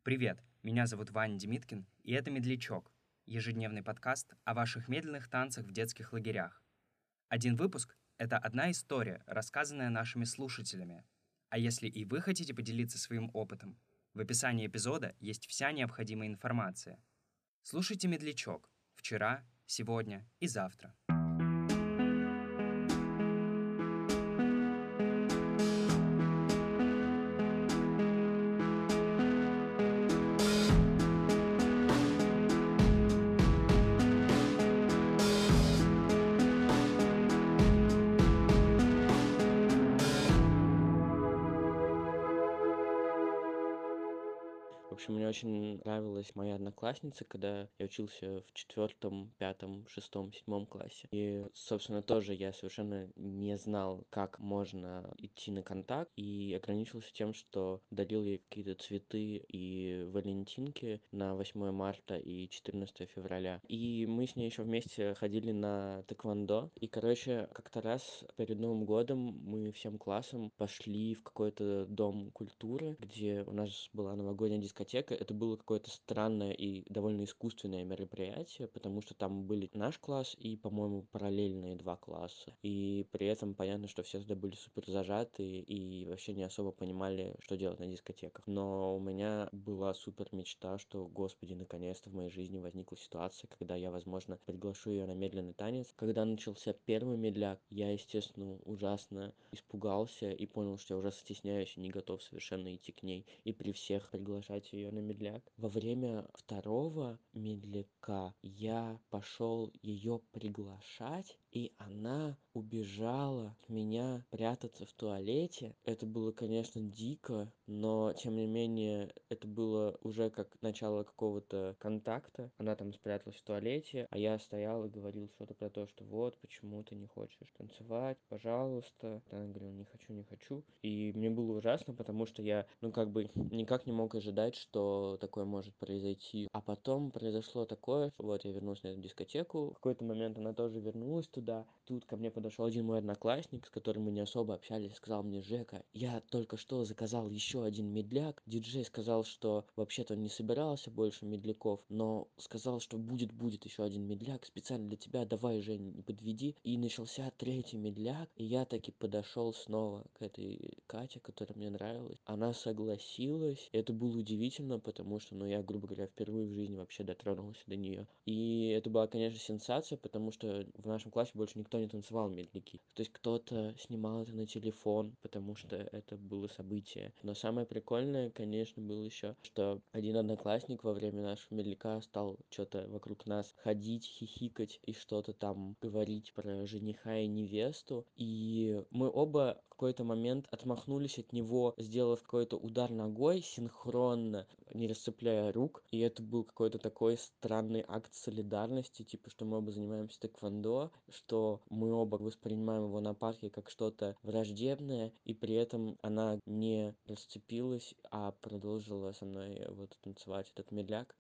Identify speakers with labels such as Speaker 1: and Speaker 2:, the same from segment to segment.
Speaker 1: Привет, меня зовут Ваня Демиткин, и это «Медлячок» — ежедневный подкаст о ваших медленных танцах в детских лагерях. Один выпуск — это одна история, рассказанная нашими слушателями. А если и вы хотите поделиться своим опытом, в описании эпизода есть вся необходимая информация. Слушайте «Медлячок» вчера, сегодня и завтра.
Speaker 2: В общем, мне очень нравилась моя одноклассница, когда я учился в 4., 5., 6., 7. классе. И, собственно, тоже я совершенно не знал, как можно идти на контакт, и ограничился тем, что дарил ей какие-то цветы и валентинки на 8 марта и 14 февраля. И мы с ней еще вместе ходили на тэквондо. И, короче, как-то раз перед Новым годом мы всем классом пошли в какой-то дом культуры, где у нас была новогодняя дискотека. Это было какое-то странное и довольно искусственное мероприятие, потому что там были наш класс и, по-моему, параллельные 2 класса. И при этом понятно, что все туда были супер зажатые и вообще не особо понимали, что делать на дискотеках. Но у меня была супер мечта, что, господи, наконец-то в моей жизни возникла ситуация, когда я, возможно, приглашу ее на медленный танец. Когда начался первый медляк, я, естественно, ужасно испугался и понял, что я ужасно стесняюсь и не готов совершенно идти к ней и при всех приглашать ее на медляк. Во время второго медляка я пошел ее приглашать, и она убежала от меня прятаться в туалете. Это было, конечно, дико, но, тем не менее, это было уже как начало какого-то контакта. Она там спряталась в туалете, а я стоял и говорил что-то про то, что вот, почему ты не хочешь танцевать, пожалуйста. Она говорила, не хочу, не хочу. И мне было ужасно, потому что я, никак не мог ожидать, что такое может произойти. А потом произошло такое, что вот я вернулся на эту дискотеку. В какой-то момент она тоже вернулась туда. Тут ко мне подошел один мой одноклассник, с которым мы не особо общались, сказал мне: Жека, я только что заказал еще один медляк. Диджей сказал, что вообще-то он не собирался больше медляков, но сказал, что будет еще один медляк специально для тебя, давай, Жень, не подведи. И начался третий медляк, и я таки подошел снова к этой Кате, которая мне нравилась. Она согласилась. Это было удивительно, потому что, я, грубо говоря, впервые в жизни вообще дотронулся до нее. И это была, конечно, сенсация, потому что в нашем классе больше никто не танцевал медляки. То есть кто-то снимал это на телефон, потому что это было событие. Но самое прикольное, конечно, было еще, что один одноклассник во время нашего медляка стал что-то вокруг нас ходить, хихикать и что-то там говорить про жениха и невесту. И мы оба в какой-то момент отмахнулись от него, сделав какой-то удар ногой синхронно, не расцепляя рук. И это был какой-то такой странный акт солидарности, типа, что мы оба занимаемся тэквондо, что мы оба воспринимаем его нападки как что-то враждебное, и при этом она не расцепилась, а продолжила со мной вот танцевать этот медляк.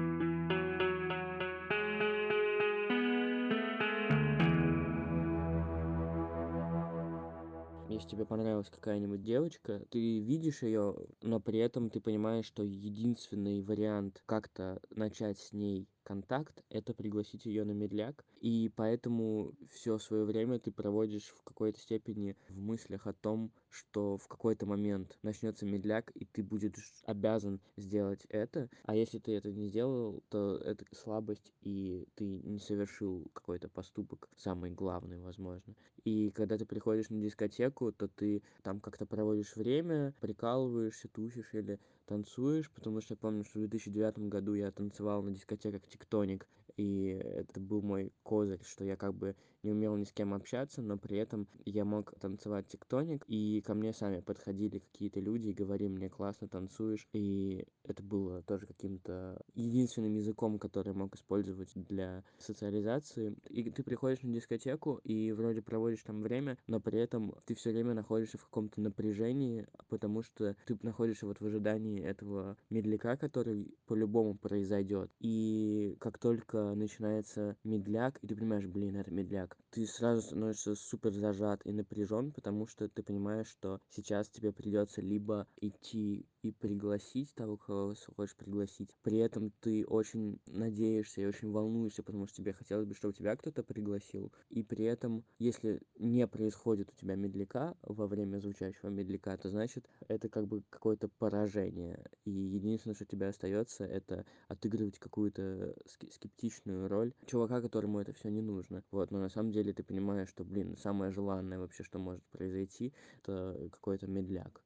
Speaker 2: Если тебе понравилась какая-нибудь девочка, ты видишь ее, но при этом ты понимаешь, что единственный вариант как-то начать с ней контакт — это пригласить ее на медляк, и поэтому все свое время ты проводишь в какой-то степени в мыслях о том, что в какой-то момент начнется медляк, и ты будешь обязан сделать это, а если ты это не сделал, то это слабость, и ты не совершил какой-то поступок, самый главный, возможно. И когда ты приходишь на дискотеку, то ты там как-то проводишь время, прикалываешься, тусишь или танцуешь, потому что я помню, что в 2009 году я танцевал на дискотеках «Тектоник», и это был мой козырь, что я как бы не умел ни с кем общаться, но при этом я мог танцевать «Тектоник», и ко мне сами подходили какие-то люди и говорили мне: классно танцуешь, и это было тоже каким-то единственным языком, который я мог использовать для социализации. И ты приходишь на дискотеку и вроде проводишь там время, но при этом ты все время находишься в каком-то напряжении, потому что ты находишься вот в ожидании этого медляка, который по-любому произойдет. И как только начинается медляк, и ты понимаешь, блин, это медляк, ты сразу становишься супер зажат и напряжен, потому что ты понимаешь, что сейчас тебе придется либо идти и пригласить того, кого хочешь пригласить. При этом ты очень надеешься и очень волнуешься, потому что тебе хотелось бы, чтобы тебя кто-то пригласил. И при этом, если не происходит у тебя медляка во время звучащего медляка, то значит это как бы какое-то поражение. И единственное, что тебе остается, это отыгрывать какую-то скептичную роль чувака, которому это все не нужно. Вот, но на самом деле ты понимаешь, что, блин, самое желанное вообще, что может произойти, это какой-то медляк.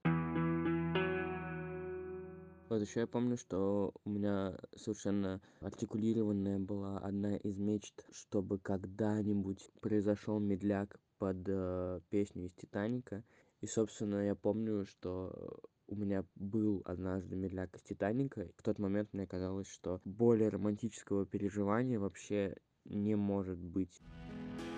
Speaker 2: Вот еще я помню, что у меня совершенно артикулированная была одна из мечт, чтобы когда-нибудь произошел медляк под песню из «Титаника». И, собственно, я помню, что у меня был однажды медляк из «Титаника». В тот момент мне казалось, что более романтического переживания вообще не может быть.